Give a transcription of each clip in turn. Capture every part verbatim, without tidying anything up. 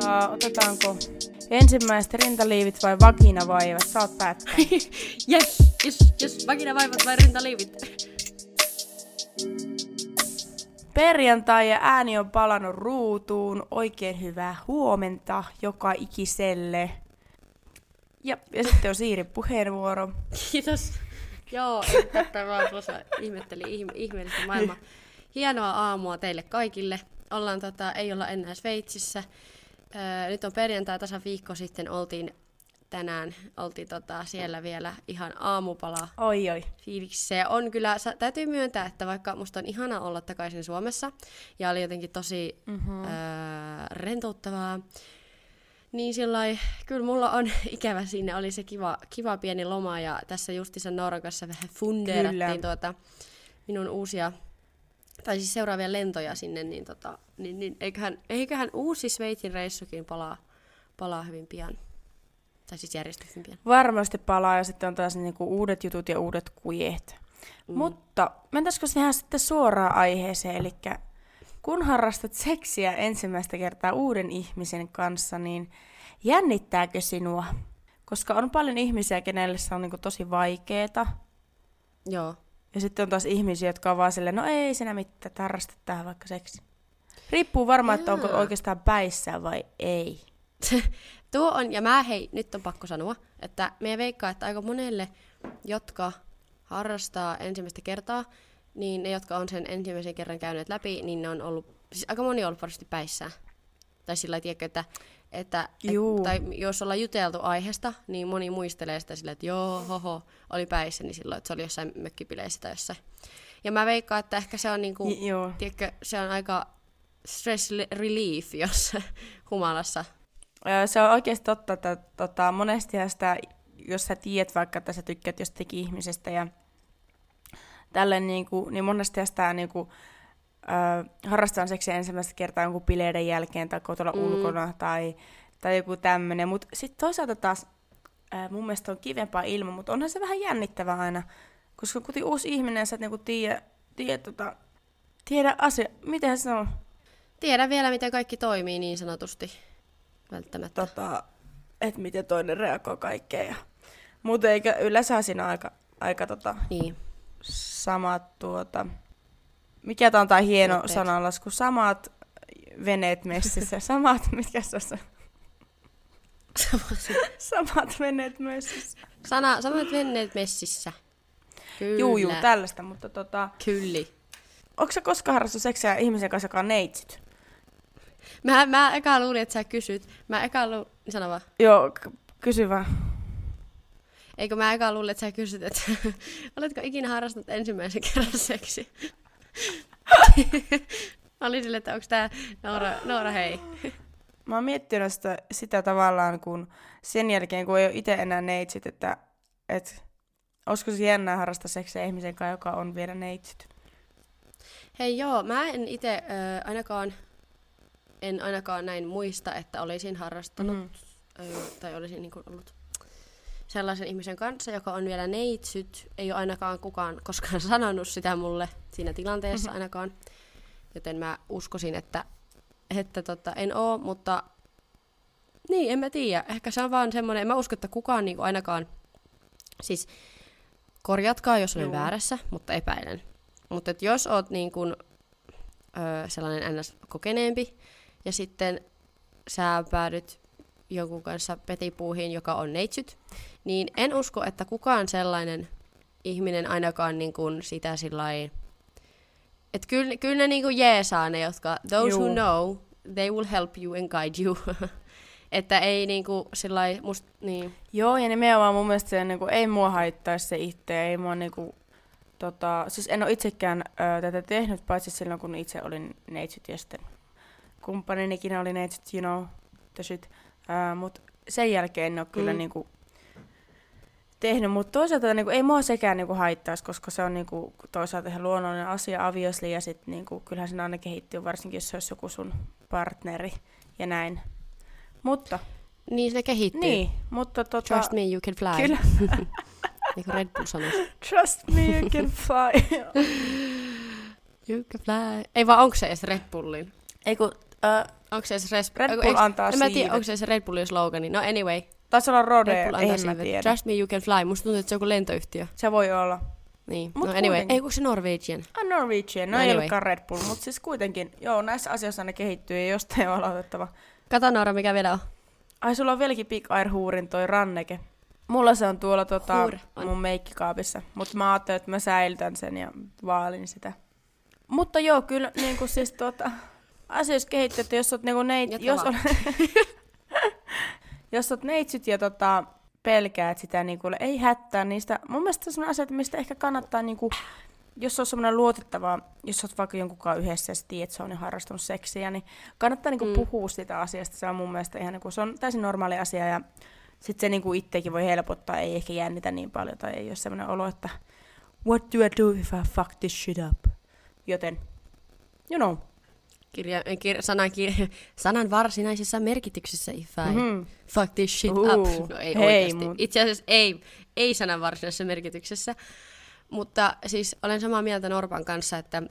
Uh, otetaanko ensimmäiset rintaliivit vai vaginavaivat? Saat päättää. Jes, jes, jes, vaginavaivat vai rintaliivit? Perjantai ja ääni on palannut ruutuun. Oikein hyvää huomenta joka ikiselle. Ja, ja sitten on Siiri puheenvuoro. Kiitos. Joo, tätä vaan tuossa ihmettelin ihme, ihmeellistä maailmaa. Hienoa aamua teille kaikille. Ollaan tota, ei olla enää Sveitsissä. Öö, nyt on perjantai, tasan viikko sitten oltiin tänään, oltiin tota, siellä vielä ihan aamupala. Oi oi. Fiiliksissä. On kyllä, sa, täytyy myöntää, että vaikka musta on ihana olla takaisin Suomessa, ja oli jotenkin tosi mm-hmm. öö, rentouttavaa, niin sillai, kyllä mulla on ikävä sinne, oli se kiva, kiva pieni loma, ja tässä justiinsa Nooran kanssa vähän fundeerattiin tuota, minun uusia, tai siis seuraavia lentoja sinne, niin, tota, niin, niin eiköhän, eiköhän uusi Sveitsin reissukin palaa, palaa hyvin pian. Tai siis järjestyy hyvin pian. Varmasti palaa, ja sitten on taas niinku uudet jutut ja uudet kujet. Mm. Mutta mentäisikö ihan sitten suoraan aiheeseen, eli kun harrastat seksiä ensimmäistä kertaa uuden ihmisen kanssa, niin jännittääkö sinua? Koska on paljon ihmisiä, kenelle se on niinku tosi vaikeeta. Joo. Ja sitten on taas ihmisiä, jotka on vaan silleen, no ei sinä mitään, että harrastat tähän vaikka seksi. Riippuu varmaan, että onko oikeastaan päissään vai ei. Tuo on, ja mä hei, nyt on pakko sanoa, että meidän veikkaa, että aika monelle, jotka harrastaa ensimmäistä kertaa, niin ne, jotka on sen ensimmäisen kerran käyneet läpi, niin ne on ollut, siis aika moni on ollut varmasti päissään. Tai sillä tiedätkö, että, että et, tai jos ollaan juteltu aiheesta, niin moni muistelee sitä sillä, että joo, hoho, oli päissä, niin silloin, että se oli jossain mökkipileissä tai jossain. Ja mä veikkaan, että ehkä se on niinku, J- tiedätkö, se on aika stress relief, jos humalassa. Se on oikeasti totta, että tota, monesti sitä, jos sä tiedät vaikka, että sä tykkäät jostakin ihmisestä ja tälleen, niin, kuin, niin monesti sitä niin kuin, äh, harrastetaan seksiä ensimmäistä kertaa jonkun bileiden jälkeen tai kotona mm. ulkona tai, tai joku tämmöinen. Mutta sitten toisaalta taas äh, mun mielestä on kivempaa ilma, mutta onhan se vähän jännittävää aina, koska kun kuitenkin uusi ihminen, sä et niinku tiedä, tiedä, tota, tiedä asia. Miten se on? Tiedä vielä, miten kaikki toimii niin sanotusti. Välttämättä. Tota, että miten toinen reagoi kaikkeen. Mutta eikä yleensä siinä aika, aika tota, niin. samat tuota... Mikä tämä on tämä hieno Tuotteet. sananlasku? Samat veneet messissä. Samat, mitkä se on se? Samat veneet messissä. Sana, samat veneet messissä. Kyllä. Juu, juu, tällaista, mutta tota... Kyllä. Onko sä koskaan harrastu seksiä ihmisen kanssa, joka on neitsyt? Mä, mä eka luulin, että sä kysyt. Mä eka luulin, sano vaan. Joo, k- kysy vaan. Eikö mä eka luulin, että sä kysyt, että oletko ikinä harrastanut ensimmäisen kerran seksiä? Oli sille, että onko tää Noora, Noora hei. Mä oon miettinyt sitä, sitä tavallaan, kun sen jälkeen, kun ei ole itse enää neitsyt, että et, olisiko se jännää harrastaa seksiä ihmisen kanssa, joka on vielä neitsyt? Hei joo, mä en itse äh, ainakaan... En ainakaan näin muista, että olisin harrastanut mm-hmm. ö, tai olisin niin kuin ollut sellaisen ihmisen kanssa, joka on vielä neitsyt. Ei ole ainakaan kukaan koskaan sanonut sitä mulle siinä tilanteessa mm-hmm. ainakaan. Joten mä uskoisin, että, että tota, en oo, mutta niin, en mä tiedä. Ehkä se on vaan semmoinen, en mä usko, että kukaan niin kuin ainakaan, siis korjatkaa, jos olen Juu. väärässä, mutta epäilen. Mutta jos oot niin kuin, ö, sellainen ns. Kokeneempi, ja sitten sä päädyt jonkun kanssa petipuuhiin, joka on neitsyt, niin en usko, että kukaan sellainen ihminen ainakaan niin kuin sitä sillai... Että kyllä, kyllä ne niin kuin jeesaa ne, jotka those Juu. who know, they will help you and guide you. Että ei niin kuin sillai musta... Niin. Joo, ja nimenomaan mun mielestä se, niin kuin, ei mua haittaisi se itse, ei mua niin kuin, tota... Siis en ole itsekään ö, tätä tehnyt, paitsi silloin, kun itse olin neitsyt ja sitten... Kumppanini ikinä oli neitsyt, you know, the shit. Uh, mut sen jälkeen en ole kyllä mm. niinku tehnyt, mutta toisaalta niinku, ei mua sekään niinku haittaisi, koska se on niinku, toisaalta ihan luonnollinen asia obviously, ja sit niinku, kyllähän siinä aina kehittyy, varsinkin jos se olisi joku sun partneri ja näin. Mutta... Niin se kehittyy. Niin, mutta tota... Trust me, you can fly. Kyllä. Niin kuin Red Bull sanoisi. Trust me, you can fly. You can fly. Ei vaan, onko se edes Red Bullin? Ei kun... Uh, Onko se se res... Red Bull antaa en mä tiedä, siivet. onko se se Red Bullin slogani. No anyway. Taisi olla Rode, Red Bull antaa eihän mä siivet. tiedä. Trust me, you can fly. Musta tuntuu, että se on joku lentoyhtiö. Se voi olla. Niin. Mut no anyway. kuitenkin. Ei, kun se Norwegian. Ah, Norwegian, no, No ei anyway. ollutkaan Red Bull, mutta siis kuitenkin, joo, näissä asioissa ne kehittyy ja jostain on aloitettava. Kato Noora, mikä vielä on. Ai, sulla on vieläkin Big Air Huurin toi ranneke. Mulla se on tuolla tota, Huur on. mun meikkikaapissa, mutta mä ajattelin, että mä säilytän sen ja vaalin sitä. Mutta joo, kyllä niinku siis tuota, asioissa kehittyy, että jos oot niinku neit, Jatka jos, vaan. on, jos oot neitsyt ja tota, pelkäät sitä, niinku, ei hättää niistä. Mun mielestä se on sellainen asia, että mistä ehkä kannattaa, niinku, jos on semmoinen luotettava, jos oot vaikka jonkunkaan yhdessä ja sä tiedät, että se on jo harrastanut seksiä, niin kannattaa niinku Mm. puhua sitä asiasta. Se on mun mielestä ihan niinku, se on täysin normaali asia ja sitten se niinku itsekin voi helpottaa, ei ehkä jännitä niin paljon tai ei ole semmoinen olo, että what do I do if I fuck this shit up? Joten, you know. Kirja, kir, sanan, kir, sanan varsinaisessa merkityksessä if I Mhm. fuck this shit Uhu. up. No ei Hei, oikeasti. mut- Itse asiassa ei, ei sanan varsinaisessa merkityksessä. Mutta siis olen samaa mieltä Norpan kanssa, että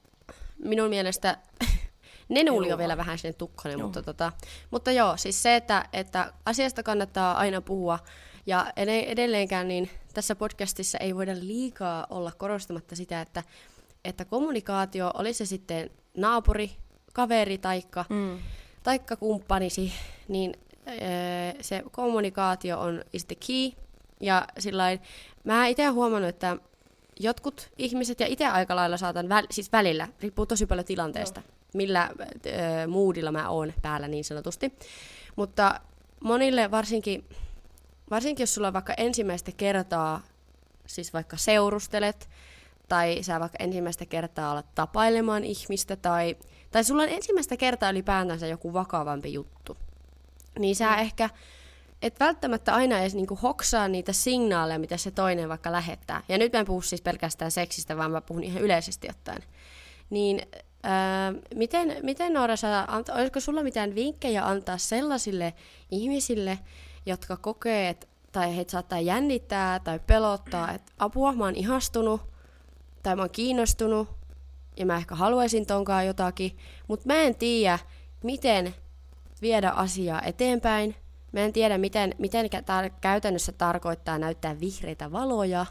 minun mielestä Nenuuli Joo. on vielä vähän sinne tukkonen, Joo. mutta, tota, mutta joo, siis se, että, että asiasta kannattaa aina puhua. Ja ed- edelleenkään niin tässä podcastissa ei voida liikaa olla korostamatta sitä, että, että kommunikaatio, oli se sitten naapuri, kaveri taikka, Mm. taikka kumppanisi, niin öö, se kommunikaatio on is the key. Ja sillain, mä itse olen huomannut, että jotkut ihmiset, ja itse aika lailla saatan, väl, siis välillä, riippuu tosi paljon tilanteesta, no. millä öö, moodilla mä oon päällä niin sanotusti. Mutta monille varsinkin, varsinkin jos sulla on vaikka ensimmäistä kertaa, siis vaikka seurustelet, tai sä vaikka ensimmäistä kertaa alat tapailemaan ihmistä, tai, tai sulla on ensimmäistä kertaa ylipäätänsä joku vakavampi juttu, niin sä mm. ehkä et välttämättä aina edes niinku hoksaa niitä signaaleja, mitä se toinen vaikka lähettää. Ja nyt mä en puhu siis pelkästään seksistä, vaan mä puhun ihan yleisesti ottaen. Niin ää, miten, miten Noora, sä anta, olisiko sulla mitään vinkkejä antaa sellaisille ihmisille, jotka kokee, et, tai heitä saattaa jännittää tai pelottaa, että apua, mä oon ihastunut, tai mä oon kiinnostunut, ja mä ehkä haluaisin tonkaan jotakin, mutta mä en tiedä, miten viedä asiaa eteenpäin. Mä en tiedä, miten, miten tar- käytännössä tarkoittaa näyttää vihreitä valoja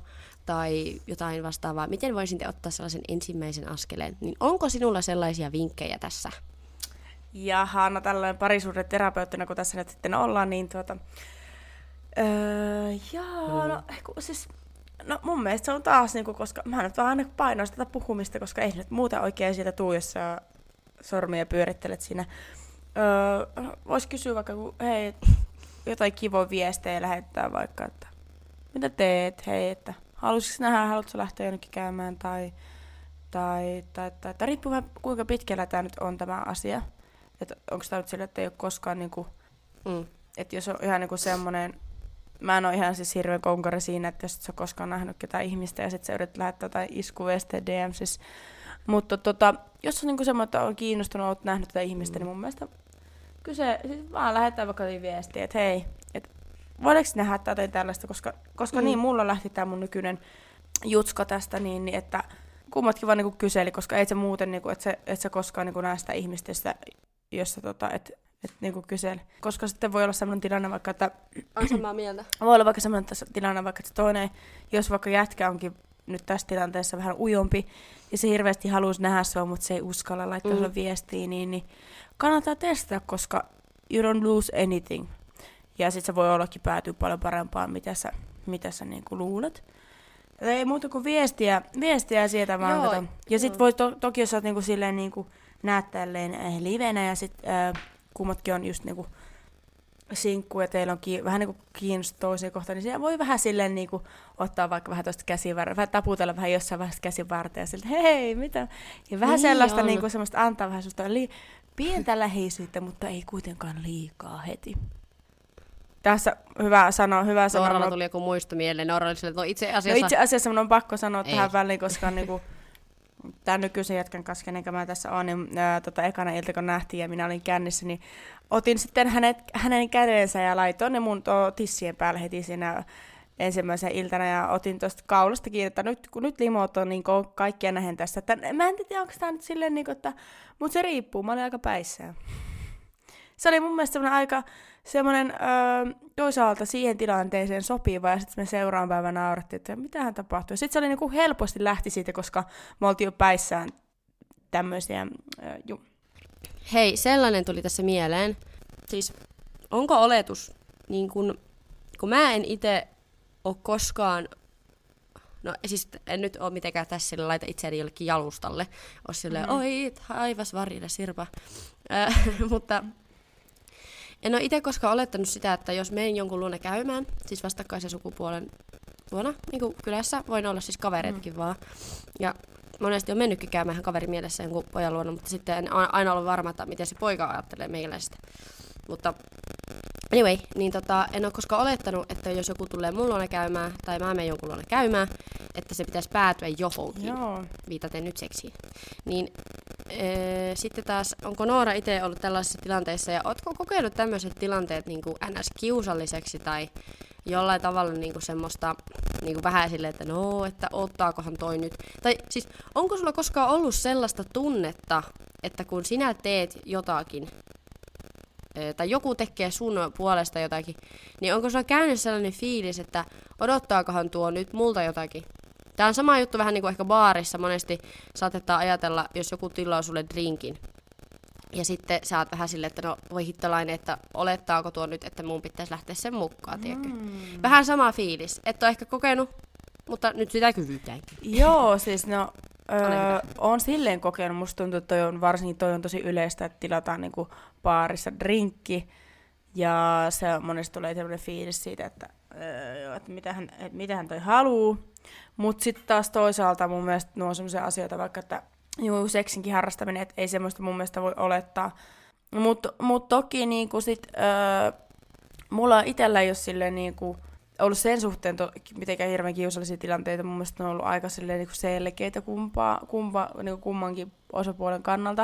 tai jotain vastaavaa. Miten voisin ottaa sellaisen ensimmäisen askeleen? Niin onko sinulla sellaisia vinkkejä tässä? Jaha, no tällainen parisuhdeterapeuttina, kun tässä nyt sitten ollaan, niin tuota... Öö, jaa, no, kun, siis, no mun mielestä se on taas, niinku, koska mä nyt vaan aina painoin tätä puhumista, koska ei nyt muuta oikein siitä tuu, jos sä sormia pyörittelet siinä. Öö, vois kysyä vaikka, kun hei, jotain kivoja viestejä lähettää vaikka, että mitä teet, hei, että haluaisitko nähdä, haluatko lähteä jonnekin käymään, tai, tai, tai, tai, tai riippuu vähän kuinka pitkällä tämä nyt on tämä asia, että onko tämä nyt sillä, että ei ole koskaan niinku, Mm. että jos on ihan niinku semmoinen, mä en ole ihan siis hirveän konkari siinä, että jos et sä koskaan nähnyt ketään ihmistä ja sit sä yrität lähettää jotain iskuviestejä D M siis. Mutta tota, jos on niinku semmoinen, että on kiinnostunut, oot nähnyt tätä ihmistä, mm. niin mun mielestä kyse, siis vaan lähettää vaikka viestiä, että hei, että voidaanko nähdä tai tällaista, koska, koska mm. niin mulla lähti tää mun nykyinen jutska tästä, niin, niin että kummatkin vaan niinku kyseli, koska ei se muuten, niinku, että sä, et sä koskaan niinku näe sitä ihmistä, jossa, jossa tota, et, et niinku kyseli. Koska sitten voi olla semmoinen tilanne vaikka, että On samaa mieltä. voi olla vaikka semmoinen tilanne, vaikka että se toinen, jos vaikka jätkä onkin nyt tässä tilanteessa vähän ujompi, ja se hirveästi haluaisi nähdä sua, mutta se ei uskalla laittaa mm. sulle viestiä, niin, niin kannattaa testata, koska you don't lose anything. Ja sit se voi ollakin päätyä paljon parempaan, mitä sä, mitä sä niinku luulet. Ei muuta kuin viestiä, viestiä sieltä vaan. Joo, Kato. Ja sit joo. voi to, toki, jos sä oot niinku silleen niinku näet tälleen äh, livenä, ja sit äh, kummatkin on just niinku sinkku ja teillä on ki- vähän niinku kiinnostunut toisiin kohtaan, niin siellä voi vähän silleen niinku ottaa vaikka vähän toista käsivartaa, vähän taputella vähän jossain vaiheessa käsivartaa ja siltä, hei, mitä? Ja vähän Niin sellaista on. niinku semmoista antaa vähän semmoista li- pientä läheisyyttä, mutta ei kuitenkaan liikaa heti. Tässä hyvä sanoa, hyvä sanoa. Nooralla tuli joku muisto mieleen. Noora oli sille, että no itse asiassa... No itse asiassa minun on pakko sanoa Ei. tähän väliin, koska niinku, tämän nykyisen jätkän kanssa, kenen mä tässä olen, niin ää, tota, ekana ilta kun nähtiin ja minä olin kännissä, niin otin sitten hänet, hänen kädensä ja laitoin ne mun to, tissien päälle heti siinä ensimmäisenä iltana ja otin tuosta kaulasta kiinni, että nyt, kun nyt limot on niin kaikkia nähen tässä. Että, mä en tiedä, onko tämä nyt silleen, niin kuin, että, mutta se riippuu, mä olin aika päissään. se oli mun mielestä semmoinen aika semmoinen öö, toisaalta siihen tilanteeseen sopiva, ja sitten me seuraavan päivän naurattiin, että mitähän tapahtui. Sitten se oli niinku helposti lähti siitä, koska me oltiin jo päissään tämmöisiä, öö, ju. Hei, sellainen tuli tässä mieleen. Siis, onko oletus, niin kun, kun mä en itse ole koskaan, no siis en nyt ole mitenkään tässä sillä laita itseäni jollekin jalustalle, ole silleen, mm-hmm. oi, taivas varjille, Sirpa. Äh, mutta en ole itse koskaan olettanut sitä, että jos menen jonkun luona käymään, siis vastakkaisen sukupuolen luona, niin kuin kylässä, voin olla siis kavereitakin mm. vaan. Ja monesti on mennytkin käymään kaveri mielessä jonkun pojan luona, mutta sitten en aina ollut varma, että miten se poika ajattelee meikäläisestä. Mutta anyway, niin tota, en ole koskaan olettanut, että jos joku tulee mun luona käymään, tai mä menen jonkun luona käymään, että se pitäisi päätyä johonkin, Joo. viitaten nyt seksiin. Niin ee, sitten taas, onko Noora itse ollut tällaisessa tilanteessa, ja ootko kokenut tämmöiset tilanteet niin kuin ns. Kiusalliseksi, tai jollain tavalla niin kuin semmoista niin kuin vähän silleen, että no, että ottaakohan toi nyt. Tai siis, onko sulla koskaan ollut sellaista tunnetta, että kun sinä teet jotakin, tai joku tekee sun puolesta jotakin, niin onko sulla käynyt sellainen fiilis, että odottaakohan tuo nyt multa jotakin? Tämä on sama juttu vähän niin kuin ehkä baarissa. Monesti saatetaan ajatella, jos joku tilaa sulle drinkin, ja sitten sä oot vähän silleen, että no voi hittalainen, että olettaako tuo nyt, että mun pitäisi lähteä sen mukaan, tiedätkö? Mm. Vähän sama fiilis. Et ole ehkä kokenut, mutta nyt sitä kysytäänkin. Joo, siis no, öö, on silleen kokenut. Musta tuntuu, että toi on, varsinkin toi on tosi yleistä, että tilataan niinku baarissa drinkki. Ja se monesti tulee sellainen fiilis siitä, että, öö, että mitähän, että mitähän toi haluu. Mutta sitten taas toisaalta mun mielestä nuo on sellaisia asioita, vaikka että juu, seksinkin harrastaminen, että ei semmoista mun mielestä voi olettaa. Mutta mut toki niinku sit, öö, mulla itsellä ei ole silleen niinku ollut sen suhteen to, mitenkään hirveän kiusallisia tilanteita. Mun mielestä ne on ollut aika silleen niinku selkeitä kumpaa, kumpa, niinku kummankin osapuolen kannalta.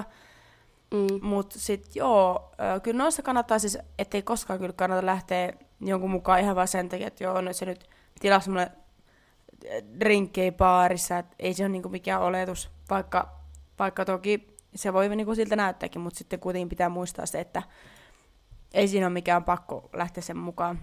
Mm. Mutta sitten joo, öö, kyllä noissa kannattaa siis, ettei koskaan kyllä kannata lähteä jonkun mukaan ihan vaan sen takia, että joo, nyt se nyt tilasi mulle drinkkejä baarissa, että ei se ole niinku mikään oletus, vaikka, vaikka toki se voi niinku siltä näyttääkin, mutta sitten kuitenkin pitää muistaa se, että ei siinä ole mikään pakko lähteä sen mukaan,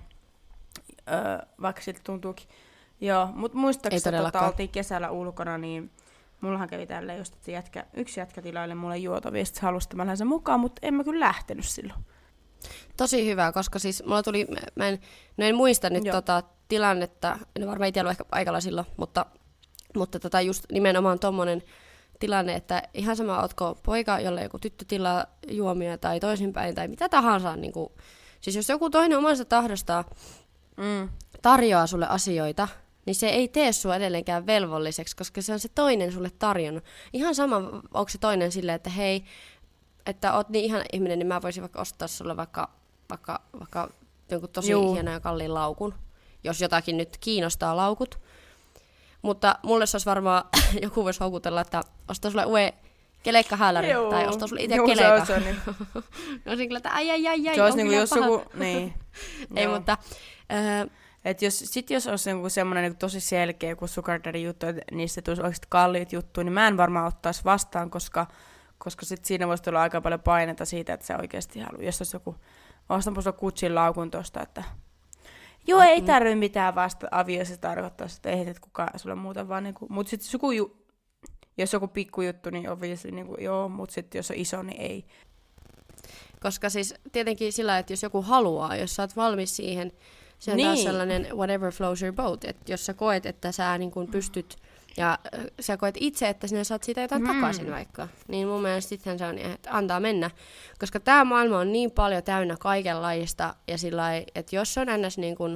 öö, vaikka siltä tuntuukin. Joo, mutta muistaakseni tota, oltiin kesällä ulkona, niin mullahan kävi tälleen just, että jätkä, yksi jätkä tilaili mulle juotavia, sitten halusi, että mä lähden sen mukaan, mutta en mä kyllä lähtenyt silloin. Tosi hyvä, koska siis mulla tuli, mä en, no en muista nyt tota tilannetta, en varmaan itse ollut ehkä paikalla silloin, mutta, mutta tota just nimenomaan tommonen tilanne, että ihan sama ootko poika, jolle joku tyttö tilaa juomia tai toisinpäin tai mitä tahansa, niin kuin, siis jos joku toinen omasta tahdosta mm. tarjoaa sulle asioita, niin se ei tee sua edelleenkään velvolliseksi, koska se on se toinen sulle tarjonnut. Ihan sama, onko se toinen silleen, että hei, että oot niin ihana ihminen, niin mä voisin vaikka ostaa sulle vaikka, vaikka, vaikka jonkun tosi Juu. hienon ja kalliin laukun, jos jotakin nyt kiinnostaa laukut. Mutta mulle se olisi varmaan, joku voisi houkutella, että ostaa sulle uuden kelekkahäälari, tai ostaa sulle itse kelekka. Se on niin. No siinä kyllä, että ai ai ai ai, se olisi niin kuin jos joku, niin. Ei, mutta Äh, et jos, sit jos olisi niinku semmoinen niinku tosi selkeä joku sugar daddy juttu, että niistä tulisi oikeasti kalliit juttuja, niin mä en varmaan ottaisi vastaan, koska, koska sit siinä voisi tulla aika paljon painetta siitä, että sä oikeasti haluaa. Jos olisi joku, ostanpa sulla Gucciin laukun tuosta, että joo, ei mm-hmm. tarvitse mitään vasta avioissa, se tarkoittaa, että ei heitä kukaan sulle muuta, vaan niinku, mutta sitten joku, jos joku pikkujuttu, niin obviously niinku, joo, mutta sitten jos on iso, niin ei. Koska siis tietenkin sillä, että jos joku haluaa, jos sä oot valmis siihen, se on niin. taas sellainen whatever flows your boat, että jos sä koet, että sä niin kun pystyt, ja äh, sä koet itse, että sinä saat siitä jotain mm. takaisin vaikka, niin mun mielestä sittenhän se on, että antaa mennä. Koska tää maailma on niin paljon täynnä kaikenlaista, ja sillä että jos se on ennäs niin kun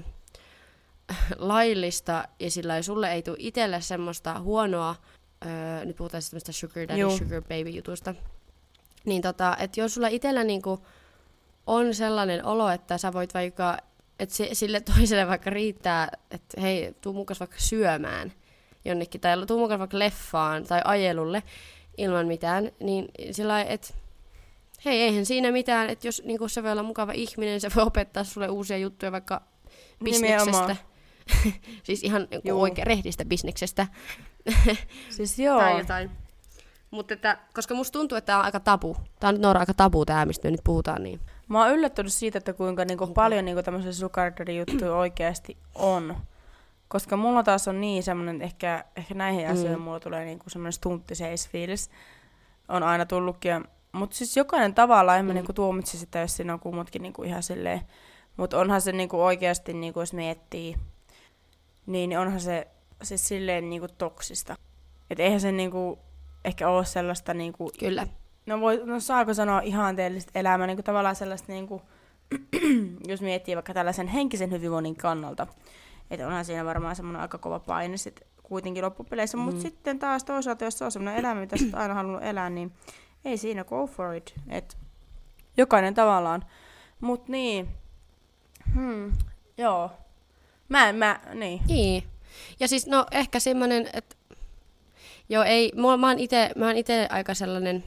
laillista, ja sillä sulle ei tule itselle semmoista huonoa, öö, nyt puhutaan semmoista sugar daddy, Juu. sugar baby jutusta, niin tota, että jos sulla itsellä niin kun on sellainen olo, että sä voit vaikka että sille toiselle vaikka riittää, että hei, tuu mukaan vaikka syömään jonnekin, tai tuu mukaan vaikka leffaan tai ajelulle ilman mitään, niin sillä lailla, että hei, eihän siinä mitään, että jos niin se voi olla mukava ihminen, se voi opettaa sulle uusia juttuja vaikka bisneksestä. Siis ihan oikein rehdistä bisneksestä. Siis joo. Tai jotain. Mutta että, koska musta tuntuu, että tämä on aika tabu. Tämä on nyt Noora aika tabu tämä, mistä me nyt puhutaan. Niin. Mä oon yllättynyt siitä, että kuinka niinku paljon niinku tämmöisiä sugar daddy-juttuja oikeasti on. Koska mulla taas on niin semmonen, ehkä, ehkä näihin mm. asioihin mulla tulee niinku semmonen stunttiseisfiilis. On aina tullutkin. Mutta siis jokainen tavalla, en mä mm. niinku tuomitsi sitä, jos siinä on kummatkin niinku ihan silleen. Mutta onhan se niinku oikeasti, niinku, jos miettii, niin onhan se siis silleen niinku toksista. Et eihän se niinku ehkä ole sellaista niinku... Kyllä. No, voi, no saako sanoa ihanteellista elämää, niinku tavallaan sellaista niinku, jos miettii vaikka tällaisen henkisen hyvinvoinnin kannalta. Että onhan siinä varmaan semmoinen aika kova paine sit kuitenkin loppupeleissä. Mm. Mutta sitten taas toisaalta, jos se on semmoinen elämä, mitä sä oot aina halunnut elää, niin ei siinä go for it. Et jokainen tavallaan. Mut niin. Hmm. Joo. Mä en, mä, niin. Niin. Ja siis no ehkä semmonen, että joo ei, mä, mä oon ite, mä oon ite aika sellainen,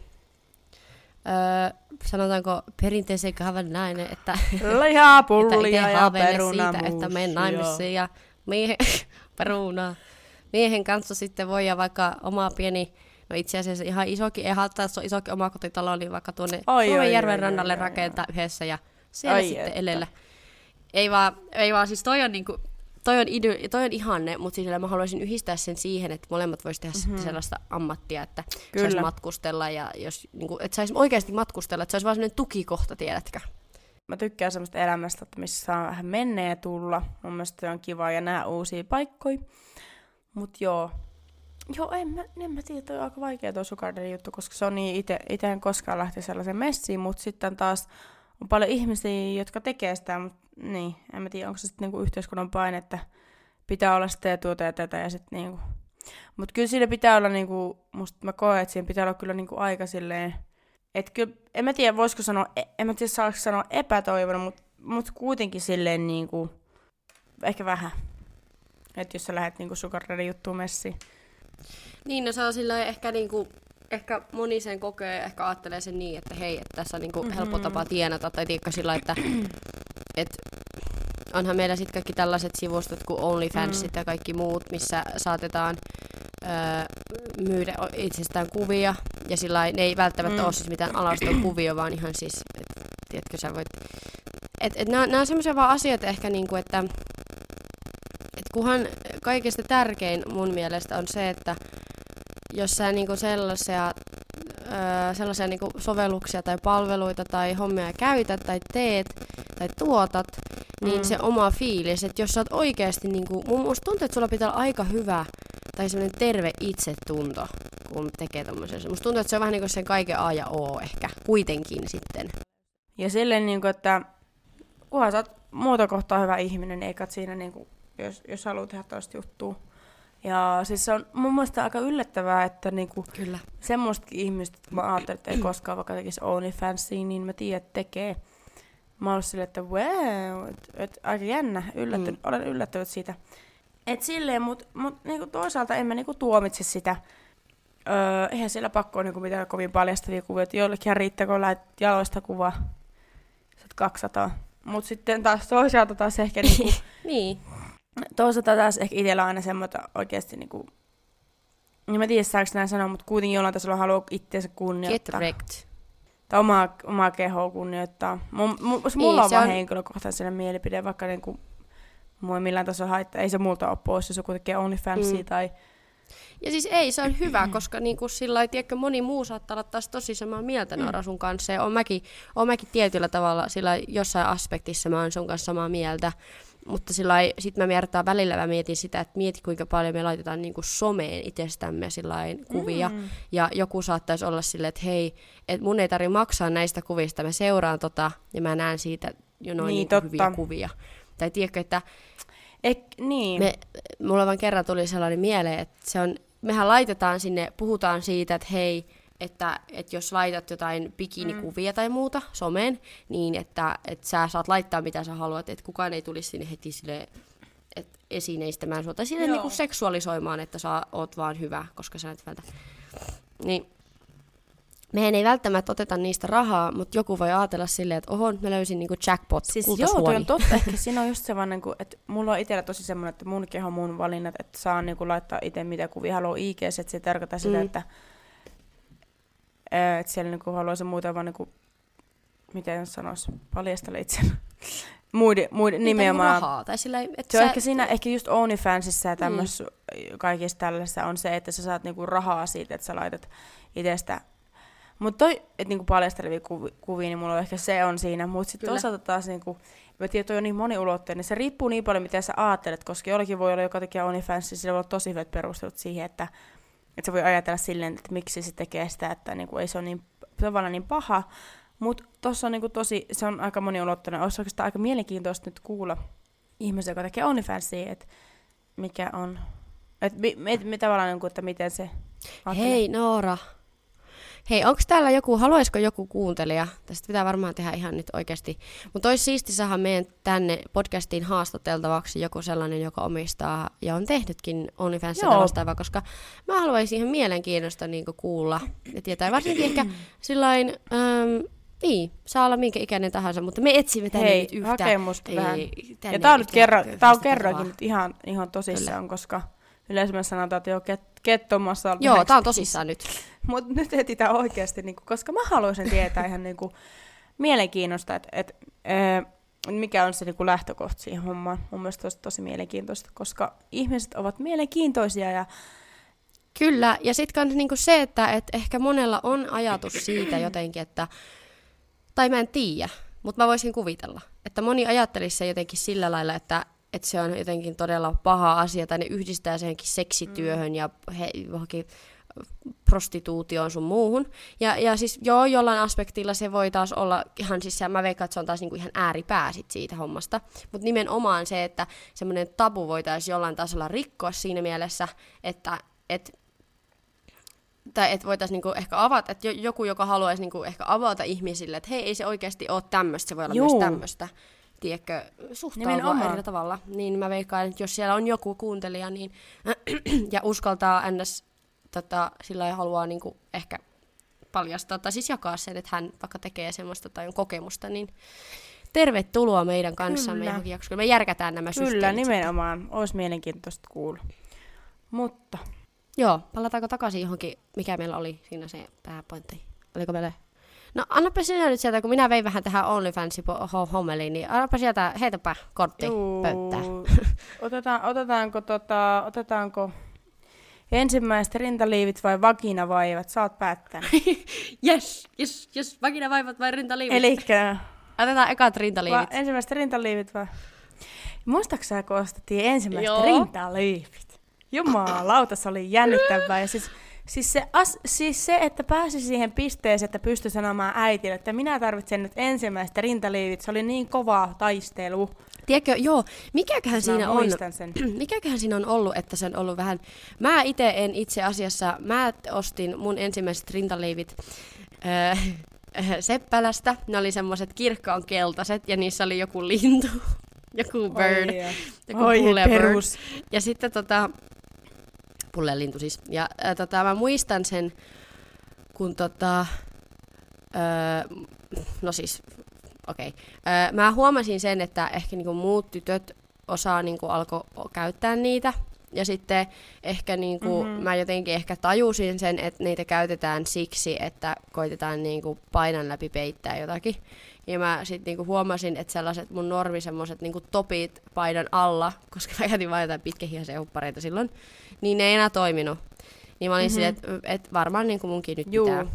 öö, sanotaanko perinteisen kahvan nainen, että lihaa, pullia ja peruna siitä, että menen naimisiin ja miehen, perunaa. Miehen kanssa sitten voi ja vaikka oma pieni, no itse asiassa ihan isokin, ei haittaa, että se on isokin omakotitalo, niin vaikka tuonne Suomenjärven rannalle oi, rakentaa oi, yhdessä ja siellä oi, sitten että. elellä. Ei vaan, ei vaan siis toi on niinku, toi on, idy, toi on ihanne, mutta siis mä haluaisin yhdistää sen siihen, että molemmat vois tehdä mm-hmm. sellaista ammattia, että Kyllä. sais matkustella ja jos, niinku, että sais oikeasti matkustella, että se olisi vaan sellainen tukikohta, tiedätkö? Mä tykkään semmoista elämästä, että missä saa vähän mennä ja tulla. Mun mielestä se on kiva ja nähdä uusia paikkoja. Mut joo. Joo, en mä, en mä tiedä, toi on aika vaikea tuo sugar daddy juttu, koska se on niin ite, ite en koskaan lähteä sellaiseen messiin, mutta sitten taas on paljon ihmisiä, jotka tekee sitä, mutta niin, en mä tiedä, onko se sitten niinku yhteiskunnan paine, että pitää olla sitä ja tuota ja tätä ja sitten niinku. Mut kyllä siinä pitää olla niinku, musta mä koen, että siinä pitää olla kyllä niinku aika silleen, että kyllä, en mä tiedä, voisiko sanoa, en mä tiedä, saako sanoa epätoivona, mutta mut kuitenkin silleen niinku, ehkä vähän. Että jos sä lähdet niinku sugar daddy juttuun messiin. Niin, no se on silleen ehkä niinku, ehkä moni sen kokee, ehkä ajattelee sen niin, että hei, että tässä on niinku mm-hmm. helppo tapa tienata, tai tiedätkö sillä, että et, onhan meillä sitten kaikki tällaiset sivustot kuin OnlyFansit mm. ja kaikki muut, missä saatetaan öö, myydä itsestään kuvia, ja sillä ne ei välttämättä mm. ole siis mitään alaston kuvia, vaan ihan siis, et, tiedätkö sä voit, että et, nämä on semmoisia vaan asioita ehkä niinku, että et kunhan kaikista tärkein mun mielestä on se, että jos sä niinku sellaisia, öö, sellaisia niinku sovelluksia tai palveluita tai hommia käytät tai teet tai tuotat, niin mm. se oma fiilis, että jos sä oot oikeasti, niinku, mun musta tuntuu, että sulla pitää olla aika hyvä tai semmoinen terve itsetunto, kun tekee tommosen. Musta tuntuu, että se on vähän niinku sen kaiken A ja O ehkä, kuitenkin sitten. Ja silleen niinku, että kunhan sä oot muuta kohtaa hyvä ihminen, eikä siinä niinku, jos, jos haluat tehdä toista juttua. Ja siis se on mun mielestä aika yllättävää, että niinku Kyllä. semmoistakin ihmistä, että mä ajattelin, että ei koskaan vaikka tekisi OnlyFansia, niin mä tiedän, että tekee. Mä oon silleen, että wow, et, et, aika jännä, yllättynyt, mm. olen yllättynyt siitä. Et silleen, mut, mut niinku toisaalta en mä niinku tuomitse sitä. Öö, eihän siellä pakko ole niinku mitään kovin paljastavia kuvia, että joillekin riittää, kun lähet jaloista kuvaa. Sä oot kaksisataa. Mut sitten taas toisaalta taas ehkä niinku... niin. Toisaalta taas ehkä itsellä on aina semmoista oikeasti niinku... En mä tiedä, saanko näin sanoa, mutta kuitenkin jollain tasolla haluaa itseänsä kunnioittaa. Get wrecked. Tai omaa, omaa kehoa kunnioittaa. Mun, mun, mulla niin, on vaan on... henkilökohtainen mielipide, vaikka niinku... Mua ei millään tasolla haittaa. Ei se multa ole pois, jos on kuitenkin OnlyFansia mm. tai... Ja siis ei, se on hyvä, koska niinku sillä tiedätkö, moni muu saattaa olla taas tosi samaa mieltä mm. Noora sun kanssa. Ja oon mäkin, oon mäkin tietyllä tavalla sillä jossain aspektissa mä oon sun kanssa samaa mieltä. Mutta sillai, sit mä mietin välillä mä mietin sitä, että mieti kuinka paljon me laitetaan niinku someen itsestämme sillain kuvia. Mm. Ja joku saattaisi olla silleen, että hei, et mun ei tarvitse maksaa näistä kuvista, mä seuraan tota ja mä näen siitä jo noin niin, niinku hyviä kuvia. Tai tiedätkö, että Ek, niin. me, mulla vaan kerran tuli sellainen mieleen, että se on, mehän laitetaan sinne, puhutaan siitä, että hei, että, että jos laitat jotain bikinikuvia mm. tai muuta someen, niin että, että sä saat laittaa mitä sä haluat, että kukaan ei tulisi sinne heti sille, että esineistämään sua, tai sinne niinku seksuaalisoimaan, että sä oot vaan hyvä, koska sä et vältä. Niin, mehän ei välttämättä oteta niistä rahaa, mutta joku voi ajatella silleen, että oho, mä löysin niinku jackpot, siis kultasuoni. Joo, toi on totta. Ehkä siinä on just se vaan, niinku, että mulla on itsellä tosi semmoinen, että mun keho, mun valinnat, että saa niinku laittaa itse mitä kuvia haluaa I G:ssä, että se tarkoittaa sitä, mm. että että siellä niinku haluaa se muuta vaan niinku miten sanois, paljastella itsen. Muiden, muiden Niitä nimenomaan. rahaa, tai sillä, että se on sä... ehkä siinä, ehkä just OnlyFansissa ja tämmössä mm. kaikissa tällaisessa on se, että sä saat niinku rahaa siitä, että sä laitat itsestä. Mutta toi, että niinku paljastelevia kuvi, kuvia, niin mulla on ehkä se on siinä. Mutta sitten toisaalta taas, niinku, mä tiedän, että toi on niin moniulotteinen, niin se riippuu niin paljon, miten sä ajattelet, koska jollakin voi olla, joka tekee OnlyFansia, sillä voi olla tosi hyvät perustelut siihen, että, että sä voi ajatella silleen, että miksi se tekee sitä, että niinku, ei se ole niin, tavallaan niin paha. Mutta tuossa on niinku tosi, se on aika moniulotteinen. Olisi oikeastaan aika mielenkiintoista nyt kuulla ihmisiä, joka tekee OnlyFansia, että mikä on, että mi, mi, mi, tavallaan, niinku, että miten se ajattelee. Hei Noora, hei onko täällä joku, haluaisiko joku kuuntelija, tästä pitää varmaan tehdä ihan nyt oikeasti, mutta olisi siisti saada meidän tänne podcastiin haastateltavaksi joku sellainen, joka omistaa ja on tehnytkin OnlyFansia vastaavaa, koska mä haluaisin ihan mielenkiinnosta niinku kuulla ja tietää, varsinkin ehkä sillain, ähm, niin, saa olla minkä ikäinen tahansa, mutta me etsimme tänne hei, nyt yhtä. Hei, musta vähän. Ja tää on nyt kerran, tää on kerrankin nyt ihan, ihan tosissaan, Kyllä. koska yleensä me sanotaan, että joo, ket, kettomassa. Joo, tää on tosissaan nyt. Mutta nyt etsitään oikeasti, niinku, koska mä haluaisin tietää ihan niinku, mielenkiinnosta, että et, e, mikä on se niinku, lähtökohta siihen hommaan. Mun mielestä tosi, tosi mielenkiintoista, koska ihmiset ovat mielenkiintoisia ja Kyllä, ja sitten niinku se, että et ehkä monella on ajatus siitä jotenkin, että, tai mä en tiedä, mutta mä voisin kuvitella, että moni ajattelisi se jotenkin sillä lailla, että, että se on jotenkin todella paha asia, tai ne yhdistää se johonkin seksityöhön ja he, johonkin prostituutioon sun muuhun. Ja, ja siis joo, jollain aspektilla se voi taas olla ihan siis, mä veikkaan, että se on taas niinku ihan ääripää sit siitä hommasta. Mutta nimenomaan se, että semmoinen tabu voitaisiin jollain tasolla rikkoa siinä mielessä, että et, tai että voitaisiin niinku ehkä avata, että joku, joka haluaisi niinku ehkä avata ihmisille, että hei, ei se oikeasti ole tämmöistä, se voi olla Juu. myös tämmöistä. Tiedätkö, suhtautua eri tavalla. Niin mä veikkaan, että jos siellä on joku kuuntelija niin, ja uskaltaa ns. Tota, sillä ei halua niinku ehkä paljastaa, tai siis jakaa sen, että hän vaikka tekee semmoista tai on kokemusta, niin tervetuloa meidän kanssamme johonkin jaksoon. Me järkätään nämä Kyllä, systeemit. Kyllä, nimenomaan. Sitten. Olisi mielenkiintoista kuulla. Mutta. Joo, palataanko takaisin johonkin, mikä meillä oli siinä se pääpointti? Oliko meillä? No annapa sinä nyt sieltä, kun minä vein vähän tähän OnlyFans-hommeliin, niin annapa sieltä, heitäpä kortti Juu. pöyttään. Otetaan, otetaanko, tota, otetaanko ensimmäiset rintaliivit vai vakinavaivat? Saat päättää. Jes, jes, jes, vakinavaivat vai rintaliivit? Elikkä. Otetaan ekat rintaliivit. Va, ensimmäiset rintaliivit vai? Muistaaksä, kun ostettiin ensimmäiset Joo. rintaliivit? Jumalauta, se oli jännittävää. Ja siis, siis, se as, siis se, että pääsi siihen pisteeseen, että pystyi sanomaan äitille, että minä tarvitsen nyt ensimmäiset rintaliivit, se oli niin kova taistelu. Tiedätkö, joo, mikäköhän siinä on, sen. mikäköhän siinä on ollut, että se on ollut vähän, mä itse en itse asiassa, mä ostin mun ensimmäiset rintaliivit äh, Seppälästä, ne oli semmoiset kirkkaan keltaiset ja niissä oli joku lintu, joku bird, Oi, joku Oi, pullebird. Ja sitten tota, pullelintu siis, ja äh, tota, mä muistan sen, kun tota, äh, no siis, okei. Okay. Öö, mä huomasin sen, että ehkä niinku muut tytöt osaa niinku alkoi käyttää niitä. Ja sitten ehkä niinku, mm-hmm. mä jotenkin ehkä tajusin sen, että niitä käytetään siksi, että koitetaan niinku painan läpi peittää jotakin. Ja mä sitten niinku huomasin, että sellaiset mun normi semmoset niinku topit paidan alla, koska mä käytin vain jotain pitkähihaisia huppareita silloin, niin ne ei enää toiminut. Niin mä olin mm-hmm. silleen, että et varmaan niinku munkin nyt Juu. pitää.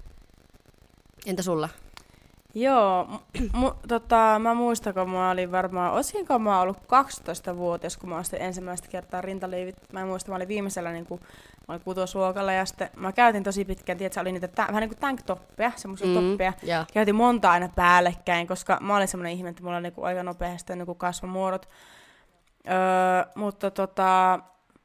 Entä sulla? Joo, mu, tota, mä muistan, kun mä olin varmaan, olisinko mä ollut kaksitoistavuotias, kun mä ostin ensimmäistä kertaa rintaliivit. Mä en muista, mä olin viimeisellä, niin kuin, mä olin kutosluokalla ja sitten mä käytin tosi pitkään, tiedätkö, oli niitä tä, vähän niin kuin tank-toppeja, semmoisia mm, toppeja. Yeah. Käytin monta aina päällekkäin, koska mä olin semmoinen ihminen, että mulla oli niin kuin aika nopeasti niin kuin kasvomuodot. Öö, mutta tota,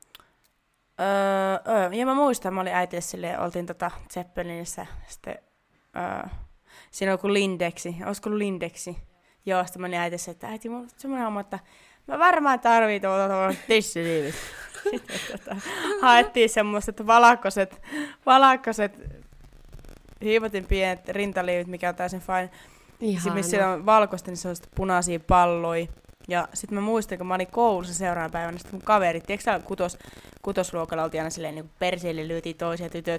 öö, öö, ja mä muistan, mä olin äitille silleen, oltiin tota Zeppelinissä, sitten öö, siinä on joku Lindeksi. Olisiko ollut Lindeksi? Joo, sitten mä olin äitissä, että äiti, mulla on semmoinen homma, että mä varmaan tarvitsen tuota tuota tissiliivit. Sitten tota, haettiin semmoiset valakkoset, valakkoset, hiivotin pienet rintaliivit, mikä on täysin fine. Sitten missä siellä on valkoista, niin se on sitten punaisia palloja. Ja sitten mä muistan, kun mä olin koulussa seuraavana päivänä, sitten mun kaverit, tiedätkö sä kutos, kutosluokalla oltiin aina silleen niin perseille lyötiin toisia tytöt.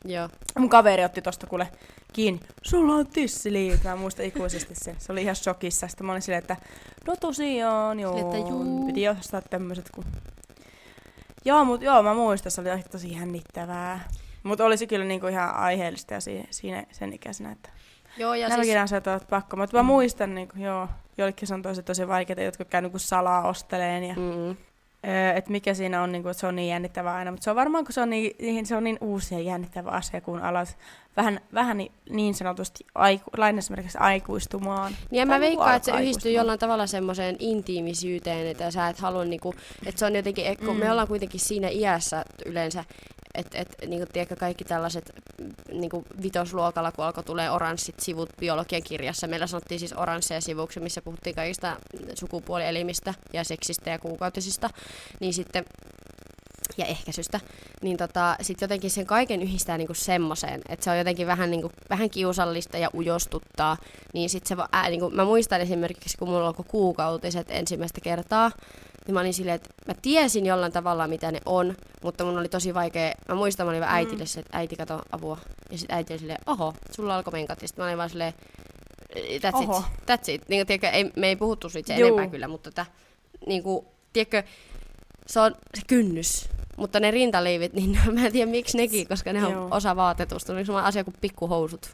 Joo. Mun kaveri otti tosta kuule kiinni. Sulla on tissiliivit. Mä muistan ikuisesti sen. Se oli ihan shokissa. Sitten mä olin silleen, että no tosiaan, joo. Että juu. Piti ostaa tämmöset kun... Joo, mut joo, mä muistan, se oli tosi jännittävää. Mut olisi kyllä niinku ihan aiheellista ja si- siinä sen ikäisenä, että... Joo, ja nämäkin siis... asiat ovat pakko. Mutta mä muistan, niinku, joo, joillekin se on tosi, tosi vaikeaa, jotka käy niinku salaa osteleen ja... Mm. Että mikä siinä on, niinku, että se on niin jännittävää aina, mutta se on varmaan, kun se on niin, se on niin uusi ja jännittävä asia, kun alat vähän, vähän niin sanotusti aiku, lainausmerkissä aikuistumaan. Niin ja mä veikkaan, että se yhdistyy jollain tavalla semmoiseen intiimisyyteen, että sä et halua, niinku, että se on jotenkin, kun mm. me ollaan kuitenkin siinä iässä yleensä, että et, niinku, tiedätkö, kaikki tällaiset niinku, vitosluokalla, kun alkoi tulee oranssit sivut biologian kirjassa. Meillä sanottiin siis oransseja sivuksi, missä puhuttiin kaikista sukupuolielimistä ja seksistä ja kuukautisista. Niin sitten, ja ehkäisystä, niin tota, sitten jotenkin sen kaiken yhdistää niinku semmoseen, että se on jotenkin vähän, niinku, vähän kiusallista ja ujostuttaa. Niin sit se, ää, niinku, mä muistan esimerkiksi, kun mulla alkoi kuukautiset ensimmäistä kertaa, niin mä olin silleen, että mä tiesin jollain tavalla, mitä ne on, mutta mun oli tosi vaikea. Mä muistan, mä olin vaan äitille mm. että äiti kato apua. Ja sit äiti oli silleen, oho, sulla alkoi menkat. Ja sit mä olin vaan silleen, that's oho. it, that's it. Niin, tiedätkö, ei, me ei puhuttu siitä se enempää kyllä, mutta tätä, niin kuin, tiedätkö, se on se kynnys. Mutta ne rintaliivit, niin mä en tiedä miksi nekin, koska ne on Joo. osa vaatetusta. Ne on sama asia kuin pikkuhousut.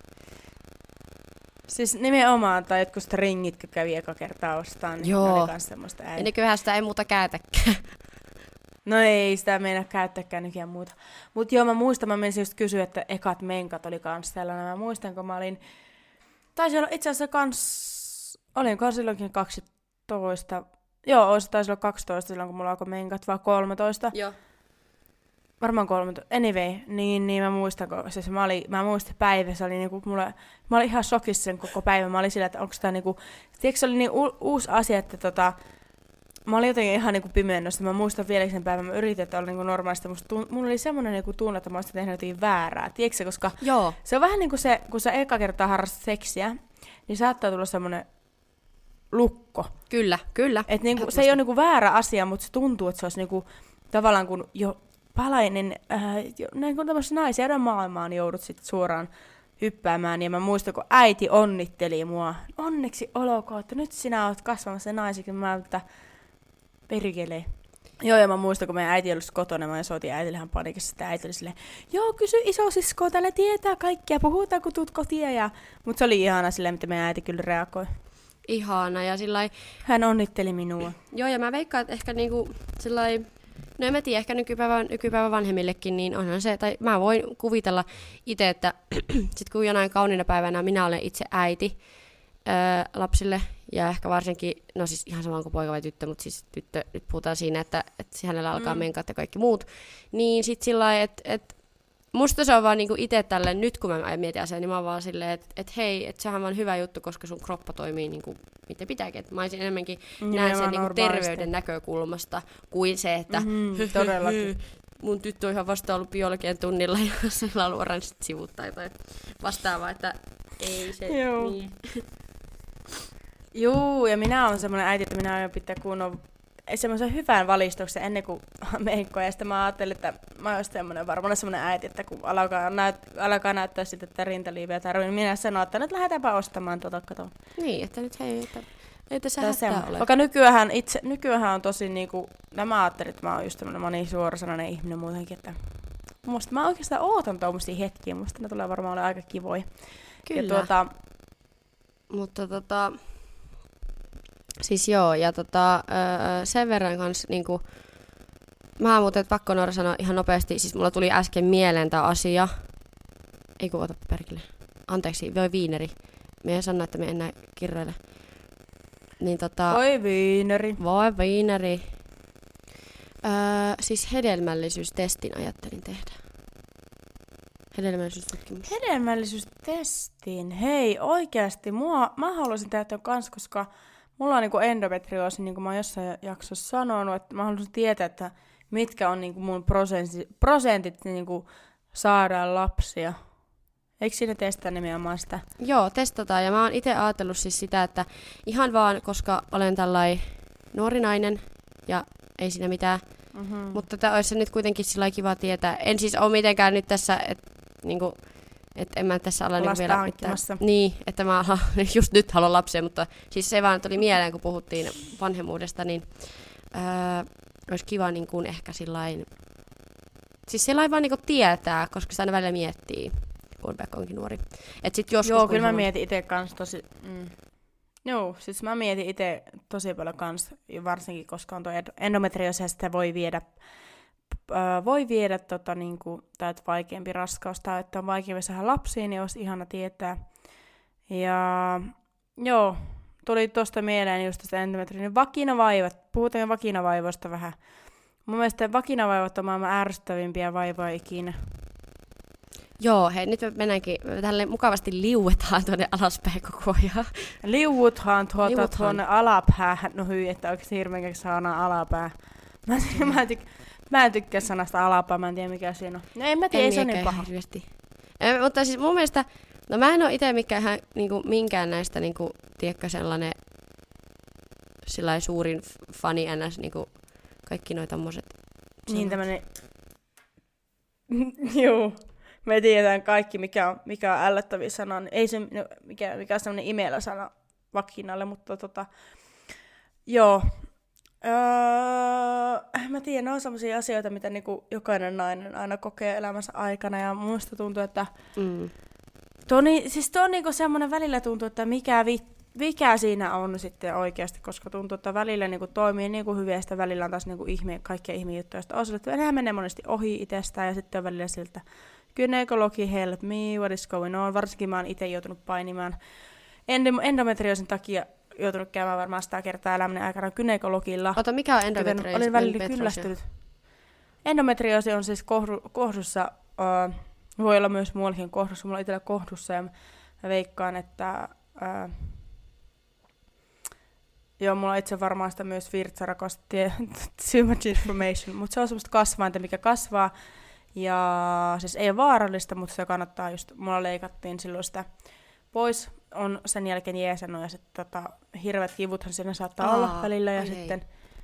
Siis nimenomaan, tai jotkut ringit, kun kävi eka kertaa ostaa, niin Joo. ne oli kans semmoista äidä. Ja nykyään sitä ei muuta käytäkään. No ei sitä meinaa käyttääkään nykyään muuta. Mut joo, mä muistan, mä menisin just kysyä, että ekat menkat oli kans sellainen. Mä muistan, kun mä olin, taisi olla itse asiassa kans, olinko silloinkin kaksitoista, joo, taisi olla kaksitoista silloin, kun mulla alkoi menkat, vaan kolmetoista. Joo. Varmaan kolmetoista. Anyway, niin, niin mä muistan, kun siis mä, olin, mä muistan päivä, se oli niinku, mulle, mä olin ihan shokissa sen koko päivän. Mä olin sillä, että onko tää niinku, tiedätkö se oli niin u- uusi asia, että tota, mä olin jotenkin ihan niinku pimennosta. Mä muistan vielä sen päivän, mä yritin, että oli niinku normaalisti. Musta, mulla oli semmoinen niinku tunne, että mä olisin tehnyt jotain väärää. Tiedätkö se, koska Joo. se on vähän niin kuin se, kun sä eka kertaa harrastat seksiä, niin saattaa tulla semmoinen lukko. Kyllä, kyllä. Et niinku, se ei ole niinku väärä asia, mutta se tuntuu, että se olisi niinku, tavallaan kun jo palainen, äh, näin kun tämmöisessä naisen maailmaan joudut sitten suoraan hyppäämään. Ja mä muistan, kun äiti onnitteli mua. Onneksi olkoon, että nyt sinä oot kasvamassa naisiksi. Mä että perkele. Joo, ja mä muistan, kun meidän äiti oli kotona, mä soitin äitille ihan panikissa, että äiti oli silleen, joo, kysy isosiskoa, täällä tietää kaikkia, puhutaan, kun tuut kotiin. Ja... Mutta se oli ihana silleen, mitä meidän äiti kyllä reagoi. Ihana, ja sillai... Hän onnitteli minua. Joo, ja mä veikkaan, että ehkä niinku sillai... No en mä tiedä, ehkä nykypäivän, nykypäivän vanhemmillekin, niin onhan se, tai mä voin kuvitella itse, että sit kun jonain kauniina päivänä minä olen itse äiti öö, lapsille, ja ehkä varsinkin, no siis ihan sama kuin poika vai tyttö, mutta siis tyttö, nyt puhutaan siinä, että, että hänellä alkaa mm. menkat ja kaikki muut, niin sit sillä lailla, että et, musta se on vaan niinku itse tälleen, nyt kun mä mietin asiaa, niin mä oon vaan silleen, että et hei, että sehän on vaan hyvä juttu, koska sun kroppa toimii niinku miten pitääkin. Et mä olisin enemmänkin mm, näen sen niinku terveyden näkökulmasta kuin se, että mm-hmm, todellakin. mun tyttö on ihan vasta ollut biologian tunnilla ja sillä on ollut oranssit sivut tai vastaavaa, että ei se Joo. niin. Juu, ja minä olen semmoinen äiti, että minä aion pitää kunnon semmoisen hyvän valistuksen ennen kuin meikkoja. Ja sitten mä ajattelin, että mä olisin semmoinen, varmaan semmoinen äiti, että kun alkaa, näyt, alkaa näyttää sitten, että rintaliiviä tarvii, niin minä sanon, että nyt lähdetäänpä ostamaan tuota katoa. Niin, että nyt hei, että ei tässä hätää ole. Vaikka nykyään itse, nykyään on tosi niinku, mä ajattelin, että mä oon just semmoinen moni suorasanainen ihminen muutenkin, että musta mä oikeastaan ootan tommosia hetkiä, musta ne tulee varmaan olla aika kivoja. Kyllä. Ja tuota, mutta tota, siis joo, ja tota, öö, sen verran kans niinku, mä muuten pakko Noora sanoa ihan nopeasti, siis mulla tuli äsken mieleen tää asia. Ei kun ota perkele. Anteeksi, voi viineri. Me en sano, että me enää kirjoile. Niin tota, voi viineri. Voi viineri. Öö, siis hedelmällisyystestin ajattelin tehdä. Hedelmällisyystutkimus. Hedelmällisyystestin. Hei, oikeasti. Mua, mä haluaisin tehdä tämän kanssa, koska mulla on niinku endometrioosi, niin kuin mä oon jossain jaksossa sanonut, että mä haluaisin tietää, että mitkä on niinku mun prosentit, prosentit niinku saadaan lapsia. Eikö siinä testaa nimenomaan sitä? Joo, testataan. Ja mä oon itse ajatellut siis sitä, että ihan vaan, koska olen tällainen nuori nainen ja ei siinä mitään. Mm-hmm. Mutta tätä olisi nyt kuitenkin sillä kiva tietää. En siis ole mitenkään nyt tässä, että niinku, että en mä tässä olla niinku vielä mitään. Niin, että mä just nyt haluan lapsia, mutta siis se vaan tuli mieleen, kun puhuttiin vanhemmuudesta, niin öö, olisi kiva niin kuin ehkä sillain, siis sellain vaan niin kuin tietää, koska sitä aina välillä miettii, kun Pekka onkin nuori. Et sit joskus, Joo, kyllä mä haluan... mietin itse kans tosi... Mm. Joo, siis mä mietin itse tosi paljon kans, varsinkin koska on tuo endometrioosi ja sitä voi viedä, äh, voi viedä tota, niinku, tai että vaikeampi raskaus tai että on vaikeampi saada lapsia, niin olisi ihana tietää. Ja joo, tuli tosta mieleen just tästä endometrioosin vakinavaivat, puhutaan vakinavaivoista vähän. Mun mielestä vakinavaivat on maailman ärsyttävimpiä vaivoja ikinä. Joo, hei, nyt me mennäänkin, me tälleen mukavasti liuetaan tuonne alaspäin koko ajan. Liuuthaan tuota Liuuthaan. tuonne alapäähän. No hyi, että oikeasti hirveän sana alapää. Mä, mm. mä, en tyk- mä en tykkää sanasta alapää, mä en tiedä mikä siinä on. No en mä tiedä, en ei se ole niin paha. Hirveästi. Ja, mutta siis mun mielestä, no mä en oo ite mikään, niinku, minkään näistä, niinku, tiedätkö, sellainen sillai suurin fani ns, niinku, kaikki noi tommoset. Niin tämmönen, juu. Me tiedetään kaikki, mikä on, mikä on ällöttäviä sana. Ei se, no, mikä, mikä on semmoinen imelä sana vakinalle, mutta tota, joo. Öö, mä tiedän, ne on semmoisia asioita, mitä niinku jokainen nainen aina kokee elämänsä aikana. Ja musta tuntuu, että mm. tuo, ni, siis tuo on niinku semmoinen välillä tuntuu, että mikä, vi, mikä siinä on sitten oikeasti, koska tuntuu, että välillä niinku toimii niinku hyvin ja sitten välillä on taas niinku ihme, kaikkia ihme juttuja. Sitten on sille, että nehän menee monesti ohi itsestään ja sitten on välillä siltä, gynekologi help me, what is going on. Varsinkin mä oon itse joutunut painimaan endometrioosin takia, joutunut käymään varmaan sitä kertaa elämäni aikana gynekologilla. Ota, mikä on endometrioosi? Olin välillä kyllästynyt. Endometrioosi on siis kohdu, kohdussa, uh, voi olla myös muuallakin kohdussa, mulla on itsellä kohdussa ja mä veikkaan, että uh, joo, mulla on itse varmaan sitä myös virtsarakasti, too much information, mutta se on semmoista kasvainta, mikä kasvaa. Ja siis ei ole vaarallista, mutta se kannattaa just, mulla leikattiin silloin sitä pois, on sen jälkeen jeesannut ja sitten tota, hirveät kivuthan siinä saattaa Aa, olla välillä ja ei. sitten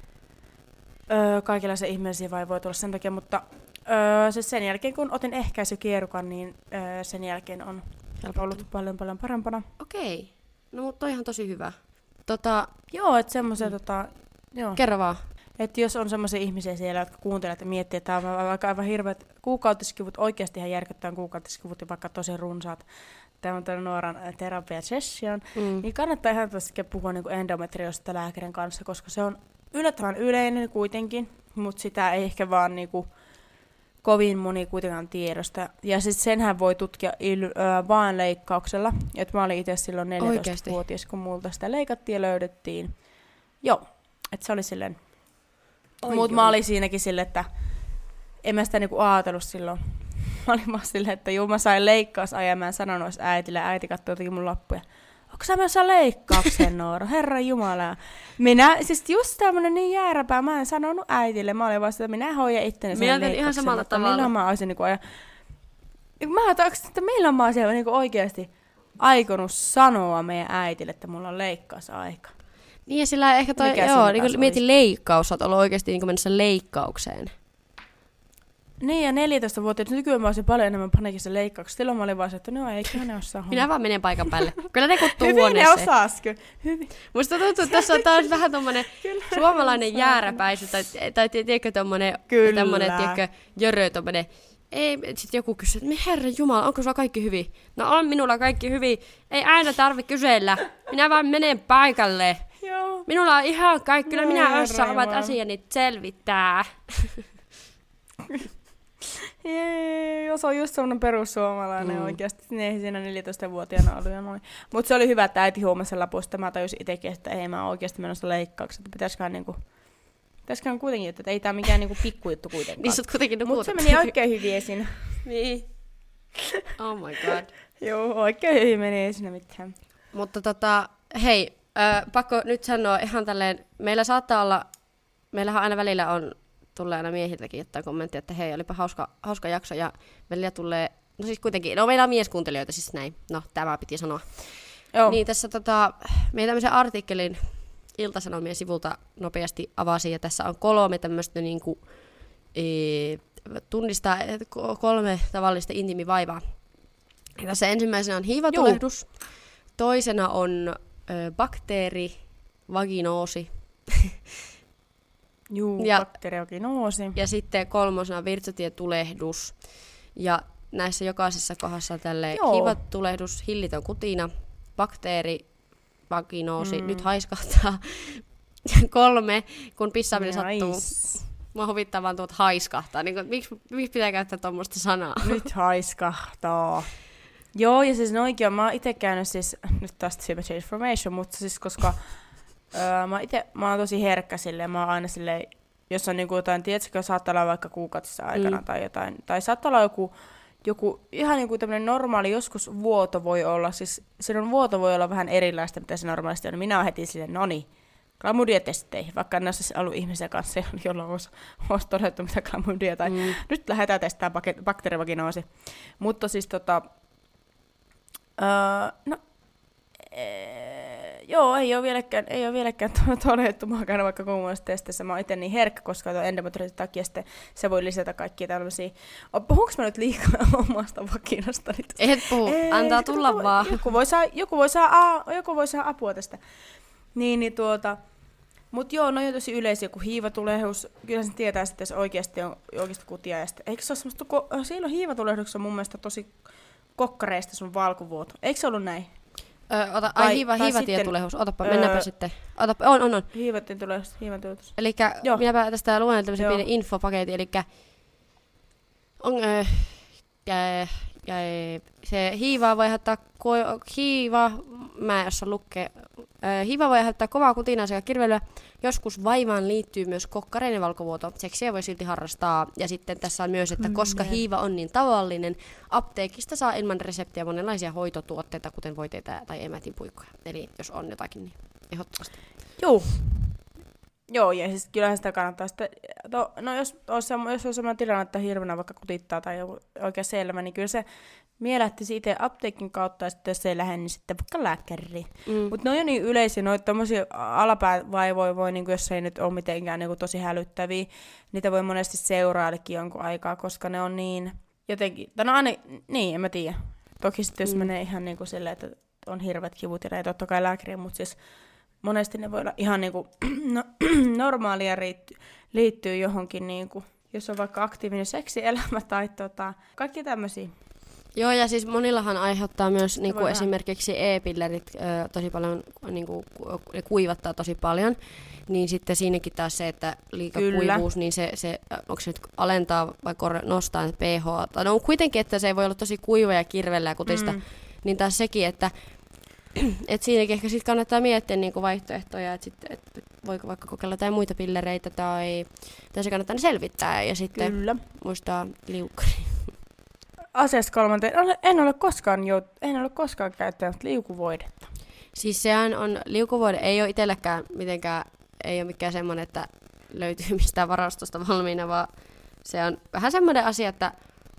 öö, kaikenlaisia ihmeellisiä vaivoja voi tulla sen takia, mutta öö, siis sen jälkeen kun otin ehkäisykierukan, niin öö, sen jälkeen on ollut paljon paljon parempana. Okei, no mutta toi ihan tosi hyvä. Tota, joo, että semmoisia mm. tota, joo. Kerro vaan. Että jos on semmoisia ihmisiä siellä, jotka kuuntelevat ja miettii, että tämä on vaikka aivan hirveät kuukautiskivut, oikeasti ihan järkyttävän kuukautiskivut ja vaikka tosi runsaat, tämä on tällainen nuoran terapia session, mm. niin kannattaa ihan tästä puhua niin endometrioosta lääkärin kanssa, koska se on yllättävän yleinen kuitenkin, mutta sitä ei ehkä vaan niin kuin kovin moni kuitenkaan tiedosta. Ja siis senhän voi tutkia il, äh, vaan leikkauksella. Et mä olin itse silloin neljätoistavuotias, kun multa sitä leikattiin ja löydettiin. Joo, että se oli silleen. Mutta mä olin siinäkin silleen, että en mä sitä niinku ajatellut silloin. Mä olin vaan silleen, että juu mä sain leikkausajan, mä en sanonut olisi äitille. Äiti katsoi jotenkin mun lappuja. Onko sä myös leikkaukseen, Noora? Herra Jumala. Minä, siis just tämmönen niin jääräpää, mä en sanonut äitille. Mä olin vaan sitä, että minä hoidan itteni sen leikkauksen. Minä ihan samalla tavalla. Milloin mä olisin niinku ajan. Mä ajattelin, että milloin mä olisin niinku oikeasti aikonut sanoa meidän äitille, että mulla on leikkausaika. Niin ja sillä ehkä toi, Mikä joo, niin mietin leikkaus, oot ollut oikeasti niin mennessä leikkaukseen. Niin ja neljätoistavuotiaat, nykyään mä olisin paljon enemmän panikissa leikkauksessa. Silloin mä olin vaan se, että no eiköhän ne osaa hommaa. Minä vaan menen paikan päälle. Kyllä ne kuttuu Hyvin huoneeseen. Hyvin ne osas kyllä. Hyvin. Musta tuntuu, että tässä on taas vähän tommonen suomalainen jääräpäisy, tai, tai tiedätkö tommonen, tommonen tiedätkö, jörö tommonen. Ei, sit joku kysyy, että herra jumala, onko sulla kaikki hyvin? No on minulla kaikki hyvin. Ei aina tarvi kysellä. Minä vaan menen paikalle. Joo. Minulla on ihan kaikki, kyllä minä osaan omat asiani selvittää. Jee, jos on just semmoinen perussuomalainen mm. oikeasti. Ei siinä neljätoistavuotiaana ollut ja noin. Mutta se oli hyvä, että äiti huomasi sen lapusta. Mä tajusin itsekin, että ei mä oikeasti menossa leikkaukseen. Pitäisikään niinku... Pitäisikään kuitenkin, että ei tää mikään niinku pikkujuttu kuitenkaan. Niin sut kuitenkin Mutta se meni oikein hyvin esiin. Niin. Oh my god. Joo, oikein hyvin meni esiin mitään. Mutta tota, hei, äh, pakko nyt sanoa ihan tälleen, meillä saattaa olla, meillähän aina välillä on, tulee aina miehiltäkin jättää kommenttia, että hei, olipa hauska, hauska jakso, ja välillä tulee, no siis kuitenkin, no meillä on mieskuuntelijoita siis näin, no tämä piti sanoa. Joo. Niin tässä tota, meidän tämmöisen artikkelin Ilta-Sanomien sivulta nopeasti avasin, ja tässä on kolme tämmöistä niinku, e, tunnistaa kolme tavallista intiimivaivaa. Ja tässä ensimmäisenä on hiivatulehdus, Juu. toisena on ö, bakteeri, vaginoosi. Juu, ja, bakteerivaginoosi. Ja sitten kolmosena on virtsatietulehdus. Ja näissä jokaisessa kohdassa tälleen hiivatulehdus, hillitön kutina, bakteeri, vaginoosi, mm. nyt haiskahtaa. Kolme, kun pissaaminen nice. sattuu. Mua huvittaa vaan tuot haiskahtaa. Niin kuin, miksi, miksi pitää käyttää tuommoista sanaa? Nyt haiskahtaa. Joo, ja siis no oikein, mä oon ite käynyt siis, nyt taas too much information, mutta siis koska öö, mä, ite, mä oon tosi herkkä silleen, mä oon aina silleen, jos on niinku jotain, tiedätkö, saattaa olla vaikka kuukautissa aikana mm. tai jotain, tai saattaa olla joku, joku ihan niinku tämmönen normaali, joskus vuoto voi olla, siis silloin vuoto voi olla vähän erilaista, mitä se normaalisti on, minä oon heti silleen, noni, klamydia-testeihin, vaikka en olisi ollut ihmisiä kanssa, jolla olisi, olisi todettu mitä klamydia, tai mm. nyt lähdetään testaamaan bakteerivaginoosi. Mutta siis tota, öö, no, ee, joo, ei ole vieläkään, ei ole vieläkään todettu, mä oon käynyt vaikka kuumuudestesteissä, mä oon itse niin herkkä, koska tuon endometriisin takia sitten se voi lisätä kaikkia tällaisia. Puhuuko mä nyt liikaa omasta vaginasta? Et puhu, ei, antaa tulla voi, vaan. Joku voi, saa, joku, voi saa, joku voi saada apua tästä. Niin, niin tuota, mut joo, no on tosi yleisiä kuin hiivatulehdus. Kyllä sen tietää sitten, jos oikeasti on oikeasti kutia. Ja sitten, eikö se ole semmoista, silloin hiivatulehduksessa on mun mielestä tosi kokkareista sun valkuvuoto. Eikö se ollut näin? Öö, ota, ai hiiva, hiivatietulehus, otapa, öö, mennäänpä sitten. Otapa, on, on, on. Hiivatietulehus, hiivatulehdus. Elikkä joo. Minäpä tästä luen tämmöisen pienen infopaketin, elikkä on, öö, ja, ja, se hiivaa voi aiheuttaa, ko- hiiva, mä en osaa lukea, öö, hiiva voi aiheuttaa kovaa kutinaa sekä kirvelyä. Joskus vaivaan liittyy myös kokkareinen valkovuoto. Seksiä voi silti harrastaa. Ja sitten tässä on myös, että koska hiiva on niin tavallinen, apteekista saa ilman reseptiä monenlaisia hoitotuotteita, kuten voiteita tai emätinpuikkoja. Eli jos on jotakin, niin ehdottomasti. Joo. Joo, ja siis kyllähän sitä kannattaa sitten, to, no jos, jos, jos on sellainen tilanne, että hirveänä vaikka kutittaa tai joku oikein selvä, niin kyllä se mielähtisi itse apteekin kautta, ja sitten jos ei lähde, niin sitten vaikka lääkäriin. Mm. Mutta ne on jo niin yleisiä, noita tommosia alapäävaivoja voi, niin jos ei nyt ole mitenkään niin tosi hälyttäviä, niitä voi monesti seuraillekin jonkun aikaa, koska ne on niin jotenkin, no aina, niin, en mä tiedä. Toki sitten jos mm. menee ihan niin kuin silleen, että on hirveät kivut ja ne totta kai lääkäriin, mutta siis monesti ne voi olla ihan niinku no, normaalia liittyy, liittyy johonkin, niinku, jos on vaikka aktiivinen seksielämä tai tota, kaikki tämmöisiä. Joo, ja siis monillahan aiheuttaa myös niinku esimerkiksi e-pillerit ö, tosi paljon, niinku, ne kuivattaa tosi paljon, niin sitten siinäkin taas se, että liika Kyllä. kuivuus, niin se, se onko se nyt alentaa vai kor- nostaa pH. No kuitenkin, että se voi olla tosi kuiva ja kirvellä ja kutista, mm. niin taas sekin, että et siinäkin ehkä sit kannattaa miettiä niinku vaihtoehtoja, että sit, et voiko vaikka kokeilla jotain muita pillereitä tai, tai se kannattaa ne selvittää ja sitten Kyllä. muistaa liukkari. Asiasta kolmanteen. En ole koskaan, jout- en ole koskaan käyttänyt liukuvoidetta. Siis sehän on, liukuvoide ei ole itselläkään mitenkään, ei ole mikään semmoinen, että löytyy mistään varastosta valmiina, vaan se on vähän semmoinen asia, että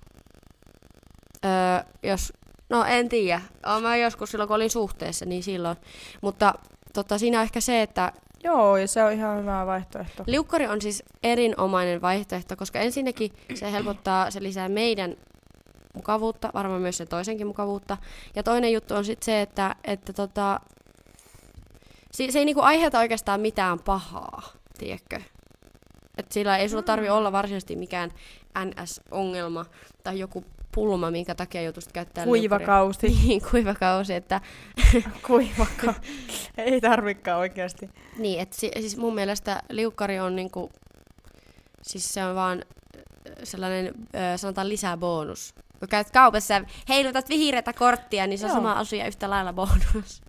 öö, jos no en tiedä. Olen mä joskus silloin, kun olin suhteessa, niin silloin. Mutta tota, siinä on ehkä se, että Joo, ja se on ihan hyvä vaihtoehto. Liukkari on siis erinomainen vaihtoehto, koska ensinnäkin se helpottaa, se lisää meidän mukavuutta, varmaan myös sen toisenkin mukavuutta. Ja toinen juttu on sitten se, että, että tota, se, se ei niinku aiheuta oikeastaan mitään pahaa, tiedätkö? Et sillä ei sulla tarvi olla varsinaisesti mikään N S-ongelma tai joku pulma, minkä takia joutuisit käyttämään Kuivakausi. Niin, kuivakausi, että Kuivakausi. Ei tarvikaan oikeasti. Niin, että si- siis mun mielestä liukkari on niinku, siis se on vaan sellainen, ö, sanotaan lisäbonus. Kun käyt kaupassa ja heilutat vihreätä korttia, niin se on Joo. sama asia yhtä lailla bonus.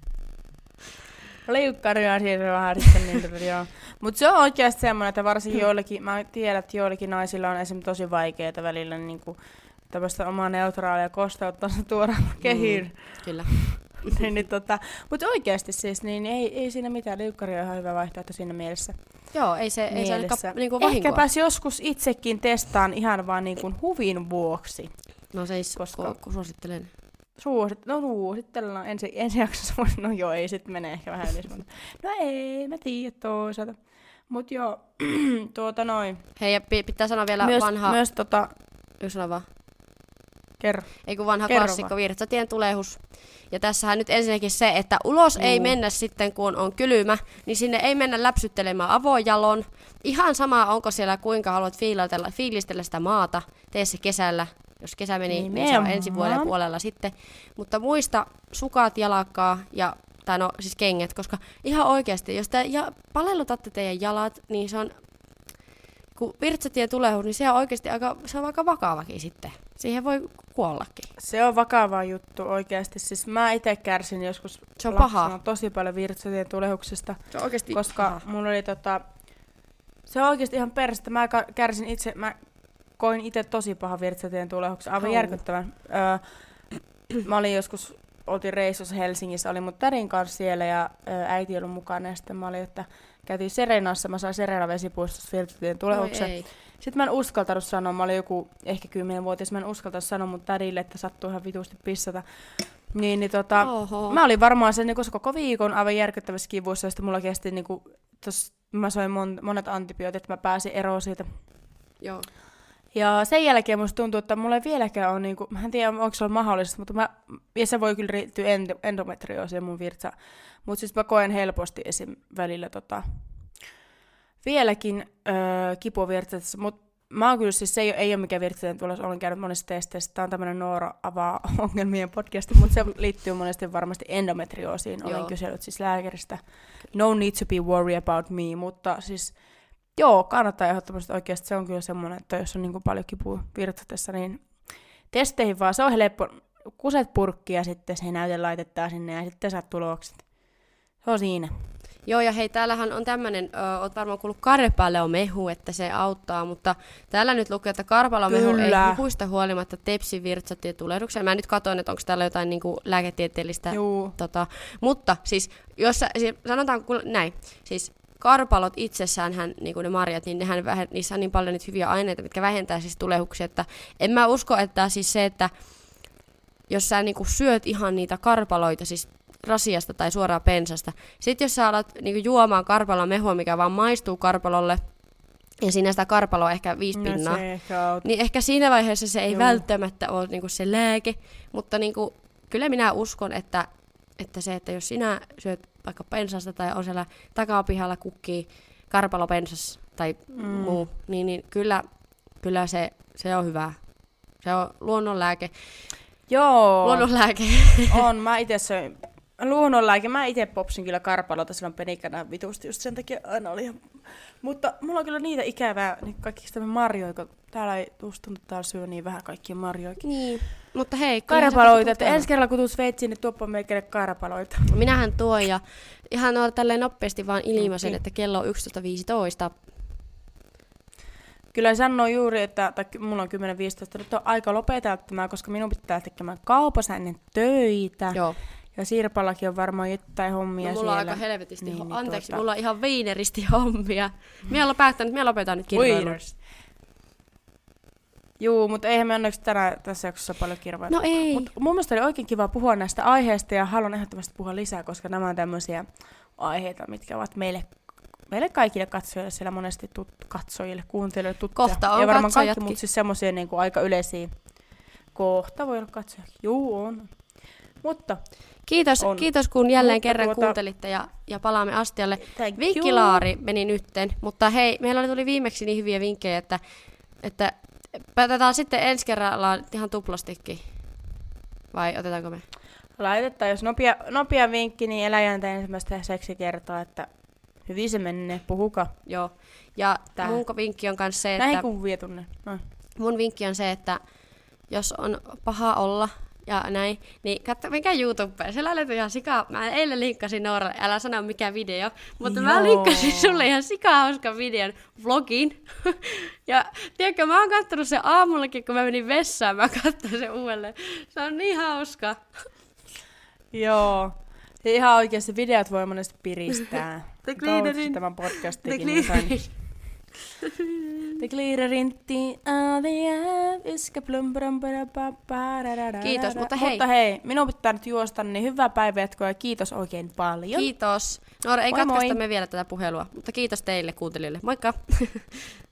Liukkari on siis vähän sitten niin, joo. Mutta se on oikeasti semmoinen, että varsinkin joillekin, mä tiedän, että joillekin naisilla on esimerkiksi tosi vaikeaa välillä niin kuin tämmöistä omaa neutraalia kosteutta tuoda kehiin. Mm, kyllä. niin, niin, tota, mutta oikeasti siis, niin ei, ei siinä mitään. Liukkari on ihan hyvä vaihtoehto siinä mielessä. Joo, ei se, ei se ole niinku vahinkoa. Ehkäpäs joskus itsekin testaan ihan vaan niinku huvin vuoksi. No se koska ku, suosittelen. Suosit, no suositellaan ensi, ensi jaksossa. No joo, ei sit mene ehkä vähän yli. No ei, mä tiedän toisaalta. Mut joo, tuota noin. Hei, ja pi- pitää sanoa vielä Myös, vanha... myös tota... Jos sano vaan. Kerro. Ei kun vanha Kerro klassikko, vaan. Virtsatien tulehus. Ja tässähän nyt ensinnäkin se, että ulos Juu. ei mennä sitten, kun on kylmä, niin sinne ei mennä läpsyttelemään avojalon. Ihan sama, onko siellä kuinka haluat fiilistellä, fiilistellä sitä maata. Tee se kesällä. Jos kesä meni, niin, niin se on ensi vuoden puolella sitten. Mutta muista sukat jalakkaa ja tai no siis kengät, koska ihan oikeasti, jos te ja, palellutatte teidän jalat, niin se on, kun virtsatie tulehus, niin se on oikeasti aika, se on aika vakavakin sitten. Siihen voi kuollakin. Se on vakava juttu oikeasti. Siis mä itse kärsin joskus se on lapsena paha. tosi paljon virtsatien tulehuksesta. Se on oikeasti koska paha. mulla oli tota... Se on oikeasti ihan perstä. Mä kärsin itse... Mä koin itse tosi paha virtsatien tulehuksen. Aivan Au. järkyttävän. Öö, mä olin joskus... Oltiin reissussa Helsingissä, oli mun tädin kanssa siellä ja ö, äiti oli mukana. Ja sitten mä olin, että käytiin Serenassa. Mä sain Serena vesipuistossa virtsatien tulehuksen. Sitten mä en uskaltanut sanoa, mä olin joku ehkä kymmenvuotias, mä en uskaltanut sanoa mun tädille, että sattuu ihan vitusti pissata. Niin, niin tota, mä olin varmaan sen niin koko viikon aivan järkyttävässä kivuissa, ja sitten mulla kesti, niin kuin, tos, mä soin mon, monet antibiootit, että mä pääsin eroon siitä. Joo. Ja sen jälkeen musta tuntuu, että mulla ei vieläkään ole, niin kuin, mä en tiedä onko se ollut mahdollista, mutta mä, ja se voi kyllä riittyä endometrioosiin mun virtsa, mutta siis mä koen helposti esim. Välillä tota, vieläkin öö, kipua virtsatessa, mutta mä oon kyllä siis, se ei, ei ole mikään virtsatien tulos, olen käynyt monissa testeissä, tää on tämmönen Noora avaa ongelmien podcast, mutta se liittyy monesti varmasti endometrioosiin, olen kysellyt siis lääkäristä, no need to be worried about me, mutta siis joo, kannattaa ehdottomasti oikeasti, se on kyllä semmoinen, että jos on niin kuin paljon kipua virtsatessa, niin testeihin vaan, se on helppo, kuset purkki ja sitten se näyte laitetaan sinne ja sitten saat tulokset, se on siinä. Joo, ja hei, täällähän on tämmönen, ö, oot varmaan kuullut karpalomehu, että se auttaa, mutta täällä nyt lukee, että karpalomehu ei huhuista huolimatta tepsi virtsatien tulehdukseen. Mä nyt katsoin, että onko täällä jotain niinku lääketieteellistä, tota, mutta siis, jos sä, siis sanotaan näin, siis karpalot itsessäänhän, niin kuin ne marjat, niin nehän, niissä on niin paljon niitä hyviä aineita, mitkä vähentää siis tulehuksia, että en mä usko, että siis se, että jos sä niinku syöt ihan niitä karpaloita, siis rasiasta tai suoraan pensasta. Sitten jos sä alat niinku juomaan karpalon mehua, mikä vaan maistuu karpalolle, ja siinä sitä karpaloa ehkä viisi pinnaa, no ehkä niin ehkä siinä vaiheessa se ei Joo. välttämättä ole niinku se lääke, mutta niinku, kyllä minä uskon, että, että se, että jos sinä syöt vaikka pensasta tai on siellä takapihalla kukkii karpalopensas tai mm. muu, niin, niin kyllä, kyllä se, se on hyvä. Se on luonnonlääke. Joo. Luonnonlääke. On, mä itse söin luonnonlääke. Mä itse popsin kyllä karpalota silloin penikkana vitusti, just sen takia aina oli ihan... Mutta mulla on kyllä niitä ikävää, niin kaikki sitä marjoja, kun täällä ei just tuntuu, että täällä syö niin vähän kaikkia marjoikin. Niin, mutta hei. Karpaloita, että ensi kerralla kun tuut Sveitsiin, niin tuoppa meikälle karpaloita. Minähän tuon ja ihan on tälleen nopeasti vaan ilmaisen, okay. että kello on yksitoista viisitoista. Kyllä sanoo juuri, että tai mulla on kymmenen viisitoista, nyt on aika lopettaa, koska minun pitää tekemään kaupassa ennen töitä. Joo. Ja Sirpallakin on varmaan jotain hommia no, mulla siellä. on aika helvetisti, niin, ho- niin, anteeksi, tuota... mulla on ihan viineristi hommia. Minä olen päättänyt, minä lopetan nyt kirjoilun. Juu, mutta eihän me onneksi tänään tässä jaksossa paljon kirjoilla. No ei. Mut mun mielestä oli oikein kiva puhua näistä aiheista ja haluan ehdottomasti puhua lisää, koska nämä on tämmöisiä aiheita, mitkä ovat meille, meille kaikille katsojille, siellä monesti tut, katsojille, kuuntelijoille tuttuja. Kohta on ei varmaan katsojatkin. kaikki, mutta siis semmoisia niin kuin aika yleisiä. Kohta voi olla katsojakin. Juu, on. Mutta Kiitos, kiitos kun jälleen mutta kerran tuota... kuuntelitte ja, ja palaamme astialle. Thank Vinkkilaari you. Meni nytten, mutta hei, meillä tuli viimeksi niin hyviä vinkkejä, että, että päätetään sitten ensi kerralla ihan tuplastikin. Vai otetaanko me? Laitetaan, jos nopea, nopea vinkki, niin eläjäntä ensimmäistä seksikertaa, että hyvin se menee, puhuka. Joo, ja Tää. mun vinkki on myös se, että... Näin kuvia tunne. No. Mun vinkki on se, että jos on paha olla ja näin, niin katso, mikä YouTubeen. Siellä löytyy ihan sikaa. Mä eilen linkkasin Nooralle, älä sano mikä video, mutta Joo. mä linkkasin sulle ihan sikaa hauskan videon, vlogin. Ja tiedätkö, mä oon kattonut sen aamullakin, kun mä menin vessaan, mä katsoin sen uudelleen. Se on niin hauska. Joo. Ja ihan oikeasti videot voi monesti piristää. The glittering. Tämän podcastikin. The glittering. The glittering all the app is Iske plum plum plum plum. Kiitos, mutta hei. Mutta hei, minun pitää nyt juosta, niin hyvää päivänjatkoa ja kiitos oikein paljon. Kiitos. Noora, ei Moi katkaista moi. me vielä tätä puhelua, mutta kiitos teille kuuntelijoille. Moikka!